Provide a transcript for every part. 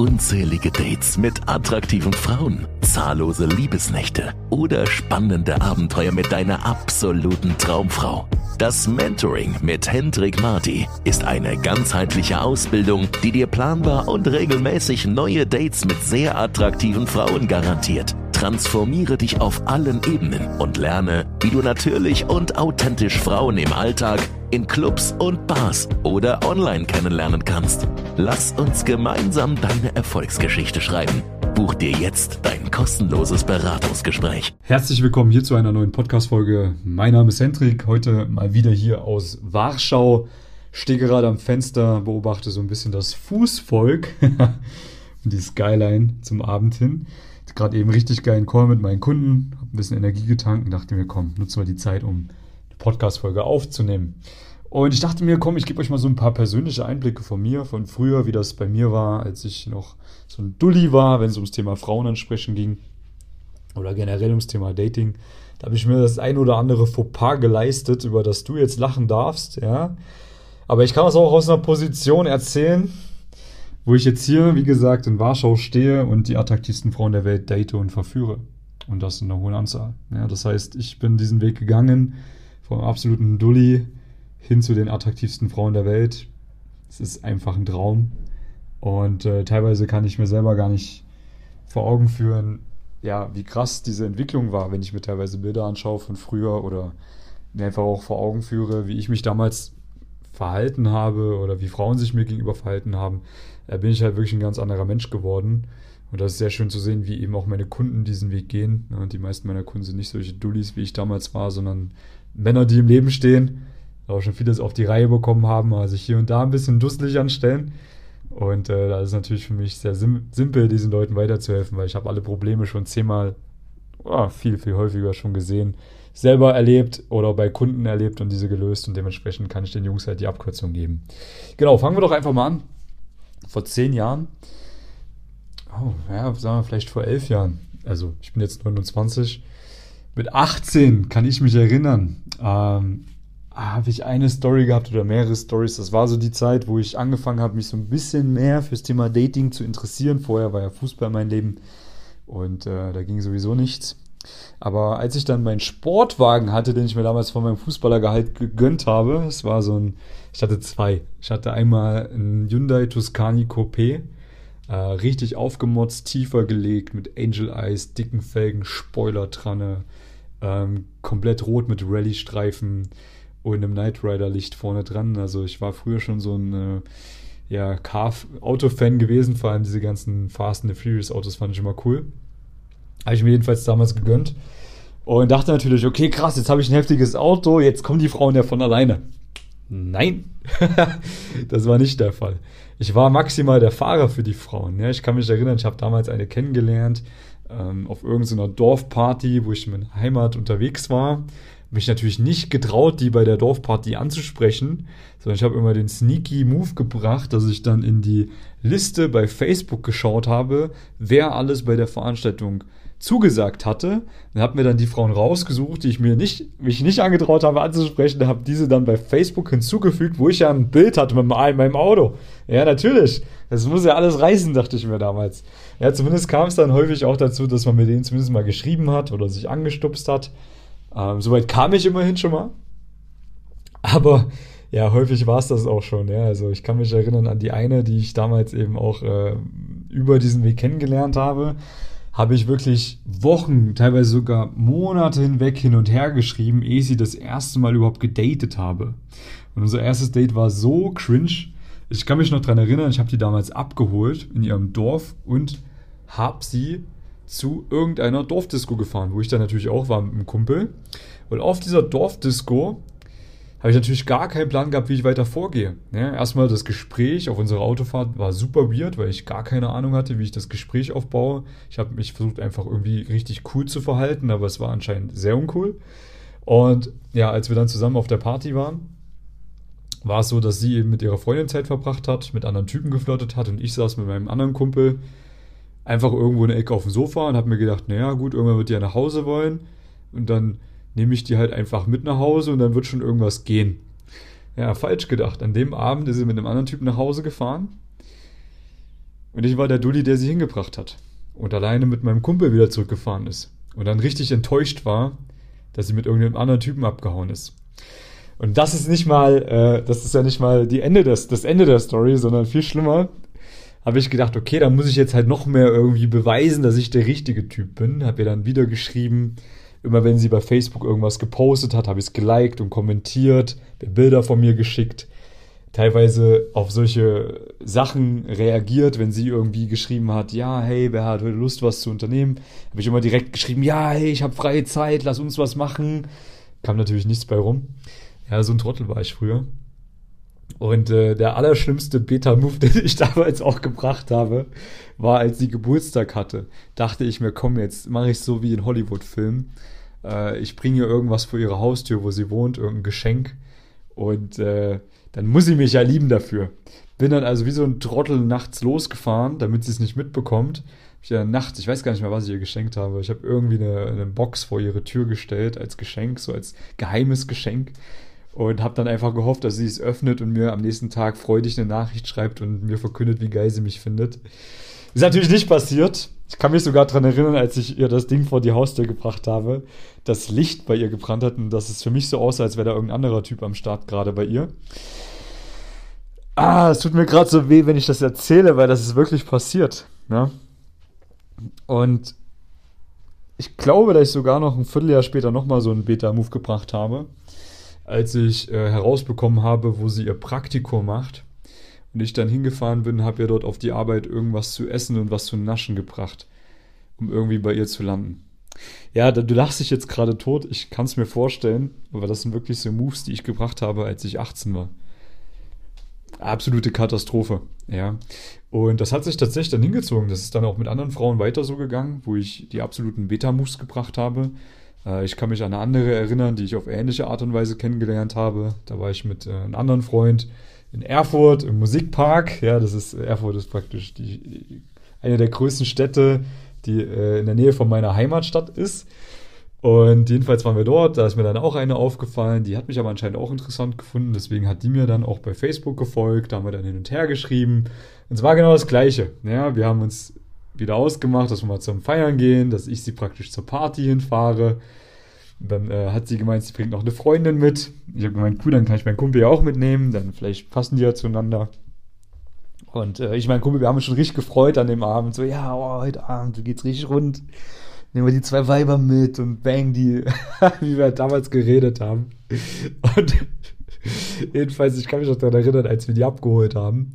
unzählige Dates mit attraktiven Frauen, zahllose Liebesnächte oder spannende Abenteuer mit deiner absoluten Traumfrau. Das Mentoring mit Hendrik Marty ist eine ganzheitliche Ausbildung, die dir planbar und regelmäßig neue Dates mit sehr attraktiven Frauen garantiert. Transformiere dich auf allen Ebenen und lerne, wie du natürlich und authentisch Frauen im Alltag, in Clubs und Bars oder online kennenlernen kannst. Lass uns gemeinsam deine Erfolgsgeschichte schreiben. Buch dir jetzt dein kostenloses Beratungsgespräch. Herzlich willkommen hier zu einer neuen Podcast-Folge. Mein Name ist Hendrik, heute mal wieder hier aus Warschau. Stehe gerade am Fenster, beobachte so ein bisschen das Fußvolk und die Skyline zum Abend hin. Gerade eben richtig geilen Call mit meinen Kunden, habe ein bisschen Energie getankt und dachte mir, komm, nutzen wir die Zeit, um eine Podcast-Folge aufzunehmen. Und ich dachte mir, komm, ich gebe euch mal so ein paar persönliche Einblicke von mir, von früher, wie das bei mir war, als ich noch so ein Dulli war, wenn es ums Thema Frauen ansprechen ging oder generell ums Thema Dating. Da habe ich mir das ein oder andere Fauxpas geleistet, über das du jetzt lachen darfst, ja. Aber ich kann das auch aus einer Position erzählen, wo ich jetzt hier, wie gesagt, in Warschau stehe und die attraktivsten Frauen der Welt date und verführe. Und das in einer hohen Anzahl. Ja, das heißt, ich bin diesen Weg gegangen, vom absoluten Dulli hin zu den attraktivsten Frauen der Welt. Es ist einfach ein Traum. Und teilweise kann ich mir selber gar nicht vor Augen führen, ja, wie krass diese Entwicklung war, wenn ich mir teilweise Bilder anschaue von früher oder mir einfach auch vor Augen führe, wie ich mich damals verhalten habe oder wie Frauen sich mir gegenüber verhalten haben. Da bin ich halt wirklich ein ganz anderer Mensch geworden. Und das ist sehr schön zu sehen, wie eben auch meine Kunden diesen Weg gehen. Und die meisten meiner Kunden sind nicht solche Dullis, wie ich damals war, sondern Männer, die im Leben stehen, auch schon vieles auf die Reihe bekommen haben, also sich hier und da ein bisschen dusselig anstellen. Und da ist es natürlich für mich sehr simpel, diesen Leuten weiterzuhelfen, weil ich habe alle Probleme schon 10-mal, viel, viel häufiger schon gesehen, selber erlebt oder bei Kunden erlebt und diese gelöst. Und dementsprechend kann ich den Jungs halt die Abkürzung geben. Genau, fangen wir doch einfach mal an. Vor 10 Jahren, sagen wir vielleicht vor 11 Jahren, also ich bin jetzt 29, mit 18 kann ich mich erinnern, habe ich eine Story gehabt oder mehrere Stories. Das war so die Zeit, wo ich angefangen habe, mich so ein bisschen mehr fürs Thema Dating zu interessieren. Vorher war ja Fußball mein Leben und da ging sowieso nichts. Aber als ich dann meinen Sportwagen hatte, den ich mir damals von meinem Fußballergehalt gegönnt habe, es war ich hatte zwei. Ich hatte einmal einen Hyundai Tuscany Coupé, richtig aufgemotzt, tiefer gelegt, mit Angel Eyes, dicken Felgen, Spoilertranne, komplett rot mit Rallye-Streifen und einem Knight Rider Licht vorne dran. Also ich war früher schon so ein Car-Auto-Fan gewesen, vor allem diese ganzen Fast and the Furious Autos fand ich immer cool. Habe ich mir jedenfalls damals gegönnt und dachte natürlich, okay, krass, jetzt habe ich ein heftiges Auto, jetzt kommen die Frauen ja von alleine. Nein, das war nicht der Fall. Ich war maximal der Fahrer für die Frauen. Ja, ich kann mich erinnern, ich habe damals eine kennengelernt auf irgendeiner Dorfparty, wo ich in meiner Heimat unterwegs war. Mich natürlich nicht getraut, die bei der Dorfparty anzusprechen, sondern ich habe immer den sneaky Move gebracht, dass ich dann in die Liste bei Facebook geschaut habe, wer alles bei der Veranstaltung zugesagt hatte. Und habe mir dann die Frauen rausgesucht, die ich mich nicht angetraut habe anzusprechen, habe diese dann bei Facebook hinzugefügt, wo ich ja ein Bild hatte mit meinem Auto. Ja, natürlich. Das muss ja alles reißen, dachte ich mir damals. Ja, zumindest kam es dann häufig auch dazu, dass man mit denen zumindest mal geschrieben hat oder sich angestupst hat. Soweit kam ich immerhin schon mal. Aber ja, häufig war es das auch schon. Ja. Also ich kann mich erinnern an die eine, die ich damals eben auch über diesen Weg kennengelernt habe. Habe ich wirklich Wochen, teilweise sogar Monate hinweg hin und her geschrieben, ehe sie das erste Mal überhaupt gedatet habe. Und unser erstes Date war so cringe. Ich kann mich noch dran erinnern, ich habe die damals abgeholt in ihrem Dorf und habe sie zu irgendeiner Dorfdisco gefahren, wo ich dann natürlich auch war mit einem Kumpel. Und auf dieser Dorfdisco habe ich natürlich gar keinen Plan gehabt, wie ich weiter vorgehe. Ja, erstmal das Gespräch auf unserer Autofahrt war super weird, weil ich gar keine Ahnung hatte, wie ich das Gespräch aufbaue. Ich habe mich versucht, einfach irgendwie richtig cool zu verhalten, aber es war anscheinend sehr uncool. Und ja, als wir dann zusammen auf der Party waren, war es so, dass sie eben mit ihrer Freundin Zeit verbracht hat, mit anderen Typen geflirtet hat und ich saß mit meinem anderen Kumpel einfach irgendwo in der Ecke auf dem Sofa und habe mir gedacht, naja gut, irgendwann wird die ja nach Hause wollen und dann nehme ich die halt einfach mit nach Hause und dann wird schon irgendwas gehen. Ja, falsch gedacht. An dem Abend ist sie mit einem anderen Typen nach Hause gefahren Und ich war der Dulli, der sie hingebracht hat. Und alleine mit meinem Kumpel wieder zurückgefahren ist. Und dann richtig enttäuscht war, dass sie mit irgendeinem anderen Typen abgehauen ist. Und das ist nicht mal, das ist ja nicht mal das Ende der Story, sondern viel schlimmer. Habe ich gedacht, okay, dann muss ich jetzt halt noch mehr irgendwie beweisen, dass ich der richtige Typ bin. Habe ihr dann wieder geschrieben, immer wenn sie bei Facebook irgendwas gepostet hat, habe ich es geliked und kommentiert, mir Bilder von mir geschickt, teilweise auf solche Sachen reagiert, wenn sie irgendwie geschrieben hat, ja, hey, wer hat heute Lust, was zu unternehmen? Habe ich immer direkt geschrieben, ja, hey, ich habe freie Zeit, lass uns was machen. Kam natürlich nichts bei rum. Ja, so ein Trottel war ich früher. Und der allerschlimmste Beta-Move, den ich damals auch gebracht habe, war, als sie Geburtstag hatte. Dachte ich mir, komm, jetzt mache ich so wie in Hollywood-Filmen. Ich bringe ihr irgendwas vor ihre Haustür, wo sie wohnt, irgendein Geschenk. Und dann muss sie mich ja lieben dafür. Bin dann also wie so ein Trottel nachts losgefahren, damit sie es nicht mitbekommt. Ich nachts, ich weiß gar nicht mehr, was ich ihr geschenkt habe. Ich habe irgendwie eine Box vor ihre Tür gestellt als Geschenk, so als geheimes Geschenk. Und habe dann einfach gehofft, dass sie es öffnet und mir am nächsten Tag freudig eine Nachricht schreibt und mir verkündet, wie geil sie mich findet. Ist natürlich nicht passiert. Ich kann mich sogar daran erinnern, als ich ihr das Ding vor die Haustür gebracht habe, das Licht bei ihr gebrannt hat und dass es für mich so aussah, als wäre da irgendein anderer Typ am Start gerade bei ihr. Es tut mir gerade so weh, wenn ich das erzähle, weil das ist wirklich passiert. Ne? Und ich glaube, dass ich sogar noch ein Vierteljahr später nochmal so einen Beta-Move gebracht habe, als ich herausbekommen habe, wo sie ihr Praktikum macht. Und ich dann hingefahren bin, habe ihr dort auf die Arbeit irgendwas zu essen und was zu naschen gebracht, um irgendwie bei ihr zu landen. Ja, du lachst dich jetzt gerade tot, ich kann es mir vorstellen, aber das sind wirklich so Moves, die ich gebracht habe, als ich 18 war. Absolute Katastrophe, ja. Und das hat sich tatsächlich dann hingezogen. Das ist dann auch mit anderen Frauen weiter so gegangen, wo ich die absoluten Beta-Moves gebracht habe. Ich kann mich an eine andere erinnern, die ich auf ähnliche Art und Weise kennengelernt habe. Da war ich mit einem anderen Freund in Erfurt im Musikpark. Ja, Erfurt ist praktisch eine der größten Städte, die in der Nähe von meiner Heimatstadt ist. Und jedenfalls waren wir dort, da ist mir dann auch eine aufgefallen, die hat mich aber anscheinend auch interessant gefunden, deswegen hat die mir dann auch bei Facebook gefolgt, da haben wir dann hin und her geschrieben. Und es war genau das Gleiche. Ja, wir haben uns wieder ausgemacht, dass wir mal zum Feiern gehen, dass ich sie praktisch zur Party hinfahre. Und dann hat sie gemeint, sie bringt noch eine Freundin mit. Ich habe gemeint, cool, dann kann ich meinen Kumpel ja auch mitnehmen, dann vielleicht passen die ja zueinander. Und ich mein Kumpel, wir haben uns schon richtig gefreut an dem Abend, so, ja, heute Abend geht's richtig rund. Nehmen wir die 2 Weiber mit und bang die, wie wir damals geredet haben. Und jedenfalls, ich kann mich noch daran erinnern, als wir die abgeholt haben.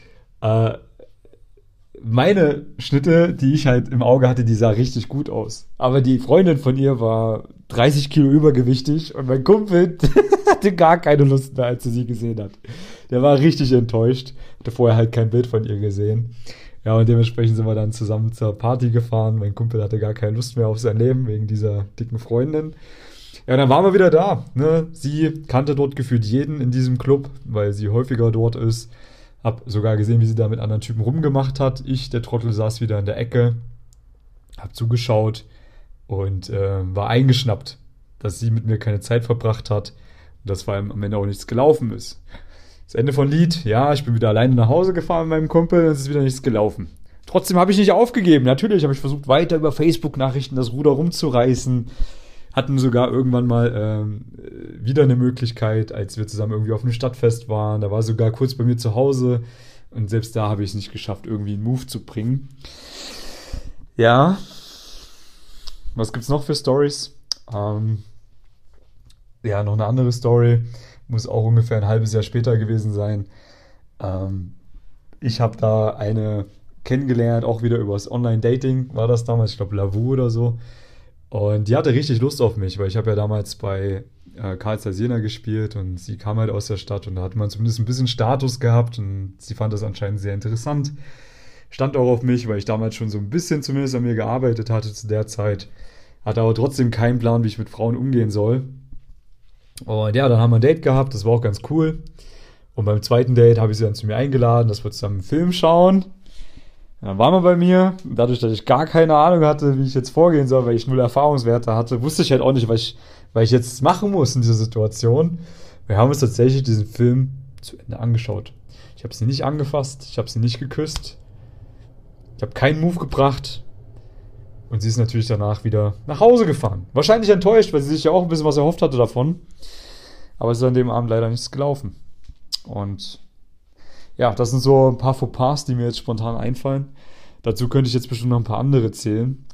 Meine Schnitte, die ich halt im Auge hatte, die sah richtig gut aus. Aber die Freundin von ihr war 30 Kilo übergewichtig und mein Kumpel hatte gar keine Lust mehr, als er sie gesehen hat. Der war richtig enttäuscht. Hatte vorher halt kein Bild von ihr gesehen. Ja, und dementsprechend sind wir dann zusammen zur Party gefahren. Mein Kumpel hatte gar keine Lust mehr auf sein Leben wegen dieser dicken Freundin. Ja, dann waren wir wieder da. Ne? Sie kannte dort gefühlt jeden in diesem Club, weil sie häufiger dort ist. Hab sogar gesehen, wie sie da mit anderen Typen rumgemacht hat. Ich, der Trottel, saß wieder in der Ecke, hab zugeschaut und war eingeschnappt, dass sie mit mir keine Zeit verbracht hat und dass vor allem am Ende auch nichts gelaufen ist. Das Ende von Lied, ja, ich bin wieder alleine nach Hause gefahren mit meinem Kumpel und es ist wieder nichts gelaufen. Trotzdem habe ich nicht aufgegeben. Natürlich habe ich versucht, weiter über Facebook-Nachrichten das Ruder rumzureißen. Hatten sogar irgendwann mal wieder eine Möglichkeit, als wir zusammen irgendwie auf einem Stadtfest waren. Da war sogar kurz bei mir zu Hause und selbst da habe ich es nicht geschafft, irgendwie einen Move zu bringen. Ja, was gibt's noch für Stories? Ja, noch eine andere Story. Muss auch ungefähr ein halbes Jahr später gewesen sein. Ich habe da eine kennengelernt, auch wieder übers Online-Dating war das damals, ich glaube Lavu oder so. Und die hatte richtig Lust auf mich, weil ich habe ja damals bei Carl Zeiss Jena gespielt und sie kam halt aus der Stadt und da hat man zumindest ein bisschen Status gehabt und sie fand das anscheinend sehr interessant. Stand auch auf mich, weil ich damals schon so ein bisschen zumindest an mir gearbeitet hatte zu der Zeit. Hatte aber trotzdem keinen Plan, wie ich mit Frauen umgehen soll. Und ja, dann haben wir ein Date gehabt, das war auch ganz cool. Und beim zweiten Date habe ich sie dann zu mir eingeladen, dass wir zusammen einen Film schauen. Und dann waren wir bei mir. Und dadurch, dass ich gar keine Ahnung hatte, wie ich jetzt vorgehen soll, weil ich 0 Erfahrungswerte hatte, wusste ich halt auch nicht, was ich jetzt machen muss in dieser Situation. Wir haben uns tatsächlich diesen Film zu Ende angeschaut. Ich habe sie nicht angefasst, ich habe sie nicht geküsst. Ich habe keinen Move gebracht. Und sie ist natürlich danach wieder nach Hause gefahren. Wahrscheinlich enttäuscht, weil sie sich ja auch ein bisschen was erhofft hatte davon. Aber es ist an dem Abend leider nichts gelaufen. Und ja, das sind so ein paar Fauxpas, die mir jetzt spontan einfallen. Dazu könnte ich jetzt bestimmt noch ein paar andere zählen.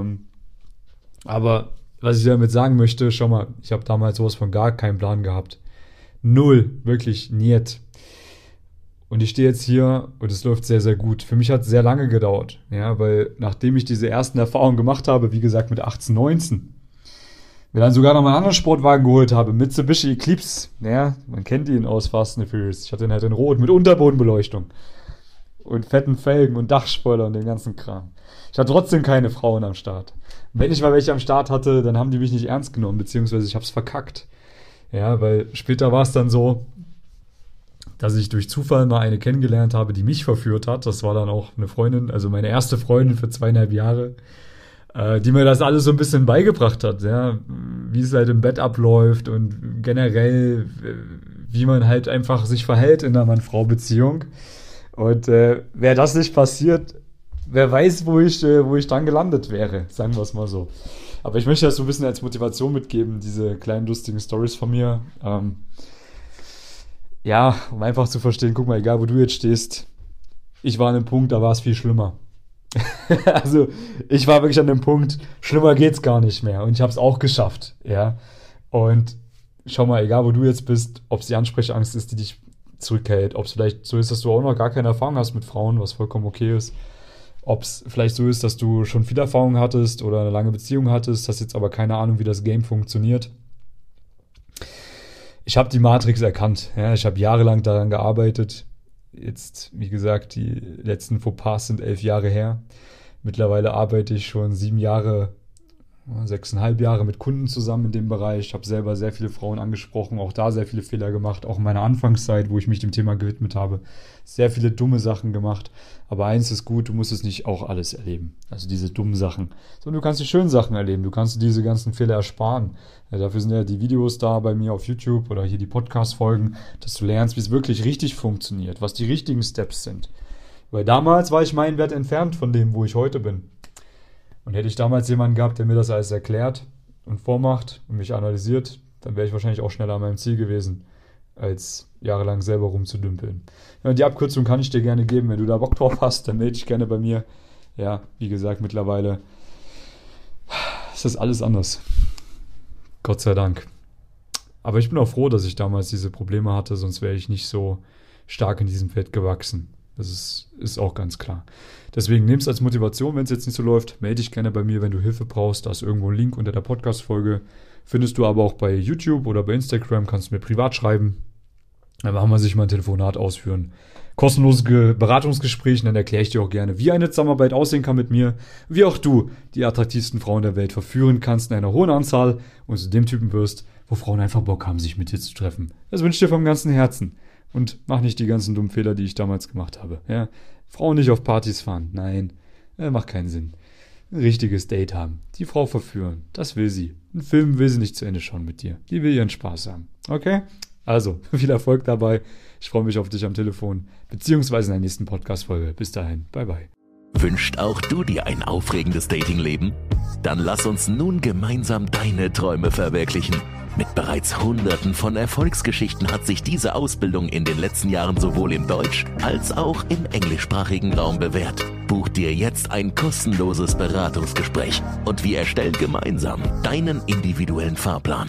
Aber was ich damit sagen möchte, schau mal, ich habe damals sowas von gar keinen Plan gehabt. Null, wirklich niet. Und ich stehe jetzt hier und es läuft sehr, sehr gut. Für mich hat es sehr lange gedauert, ja, weil nachdem ich diese ersten Erfahrungen gemacht habe, wie gesagt mit 18, 19, mir dann sogar noch mal einen anderen Sportwagen geholt habe, Mitsubishi Eclipse, ja, man kennt ihn aus Fast and Furious. Ich hatte ihn halt in Rot mit Unterbodenbeleuchtung und fetten Felgen und Dachspoiler und dem ganzen Kram. Ich hatte trotzdem keine Frauen am Start. Wenn ich mal welche am Start hatte, dann haben die mich nicht ernst genommen, beziehungsweise ich habe es verkackt. Ja, weil später war es dann so, dass ich durch Zufall mal eine kennengelernt habe, die mich verführt hat. Das war dann auch eine Freundin, also meine erste Freundin für 2,5 Jahre, die mir das alles so ein bisschen beigebracht hat, ja, wie es halt im Bett abläuft und generell, wie man halt einfach sich verhält in einer Mann-Frau-Beziehung. Und wäre das nicht passiert, wer weiß, wo ich dann gelandet wäre, sagen wir es mal so. Aber ich möchte das so ein bisschen als Motivation mitgeben, diese kleinen lustigen Storys von mir. Ja, um einfach zu verstehen, guck mal, egal wo du jetzt stehst, ich war an einem Punkt, da war es viel schlimmer. Also, ich war wirklich an dem Punkt, schlimmer geht's gar nicht mehr. Und ich habe es auch geschafft, ja. Und schau mal, egal wo du jetzt bist, ob es die Ansprechangst ist, die dich zurückhält, ob es vielleicht so ist, dass du auch noch gar keine Erfahrung hast mit Frauen, was vollkommen okay ist. Ob es vielleicht so ist, dass du schon viel Erfahrung hattest oder eine lange Beziehung hattest, hast jetzt aber keine Ahnung, wie das Game funktioniert. Ich habe die Matrix erkannt. Ja, ich habe jahrelang daran gearbeitet. Jetzt, wie gesagt, die letzten Fauxpas sind 11 Jahre her. Mittlerweile arbeite ich schon 7 Jahre, 6,5 Jahre mit Kunden zusammen in dem Bereich. Ich habe selber sehr viele Frauen angesprochen, auch da sehr viele Fehler gemacht. Auch in meiner Anfangszeit, wo ich mich dem Thema gewidmet habe, sehr viele dumme Sachen gemacht. Aber eins ist gut, du musst es nicht auch alles erleben. Also diese dummen Sachen. Sondern du kannst die schönen Sachen erleben. Du kannst dir diese ganzen Fehler ersparen. Ja, dafür sind ja die Videos da bei mir auf YouTube oder hier die Podcast-Folgen, dass du lernst, wie es wirklich richtig funktioniert, was die richtigen Steps sind. Weil damals war ich meilenweit entfernt von dem, wo ich heute bin. Und hätte ich damals jemanden gehabt, der mir das alles erklärt und vormacht und mich analysiert, dann wäre ich wahrscheinlich auch schneller an meinem Ziel gewesen, als jahrelang selber rumzudümpeln. Ja, und die Abkürzung kann ich dir gerne geben. Wenn du da Bock drauf hast, dann melde dich gerne bei mir. Ja, wie gesagt, mittlerweile ist das alles anders. Gott sei Dank. Aber ich bin auch froh, dass ich damals diese Probleme hatte, sonst wäre ich nicht so stark in diesem Feld gewachsen. Das ist auch ganz klar. Deswegen nimm es als Motivation, wenn es jetzt nicht so läuft. Melde dich gerne bei mir, wenn du Hilfe brauchst. Da ist irgendwo ein Link unter der Podcast-Folge. Findest du aber auch bei YouTube oder bei Instagram. Kannst du mir privat schreiben. Dann machen wir sich mal ein Telefonat ausführen. Kostenloses Beratungsgespräch. Und dann erkläre ich dir auch gerne, wie eine Zusammenarbeit aussehen kann mit mir. Wie auch du die attraktivsten Frauen der Welt verführen kannst in einer hohen Anzahl und zu dem Typen wirst, wo Frauen einfach Bock haben, sich mit dir zu treffen. Das wünsche ich dir vom ganzen Herzen. Und mach nicht die ganzen dummen Fehler, die ich damals gemacht habe. Ja? Frauen nicht auf Partys fahren. Nein, macht keinen Sinn. Ein richtiges Date haben. Die Frau verführen. Das will sie. Einen Film will sie nicht zu Ende schauen mit dir. Die will ihren Spaß haben. Okay? Also, viel Erfolg dabei. Ich freue mich auf dich am Telefon. Beziehungsweise in der nächsten Podcast-Folge. Bis dahin. Bye, bye. Wünscht auch du dir ein aufregendes Datingleben? Dann lass uns nun gemeinsam deine Träume verwirklichen. Mit bereits Hunderten von Erfolgsgeschichten hat sich diese Ausbildung in den letzten Jahren sowohl im Deutsch- als auch im englischsprachigen Raum bewährt. Buch dir jetzt ein kostenloses Beratungsgespräch und wir erstellen gemeinsam deinen individuellen Fahrplan.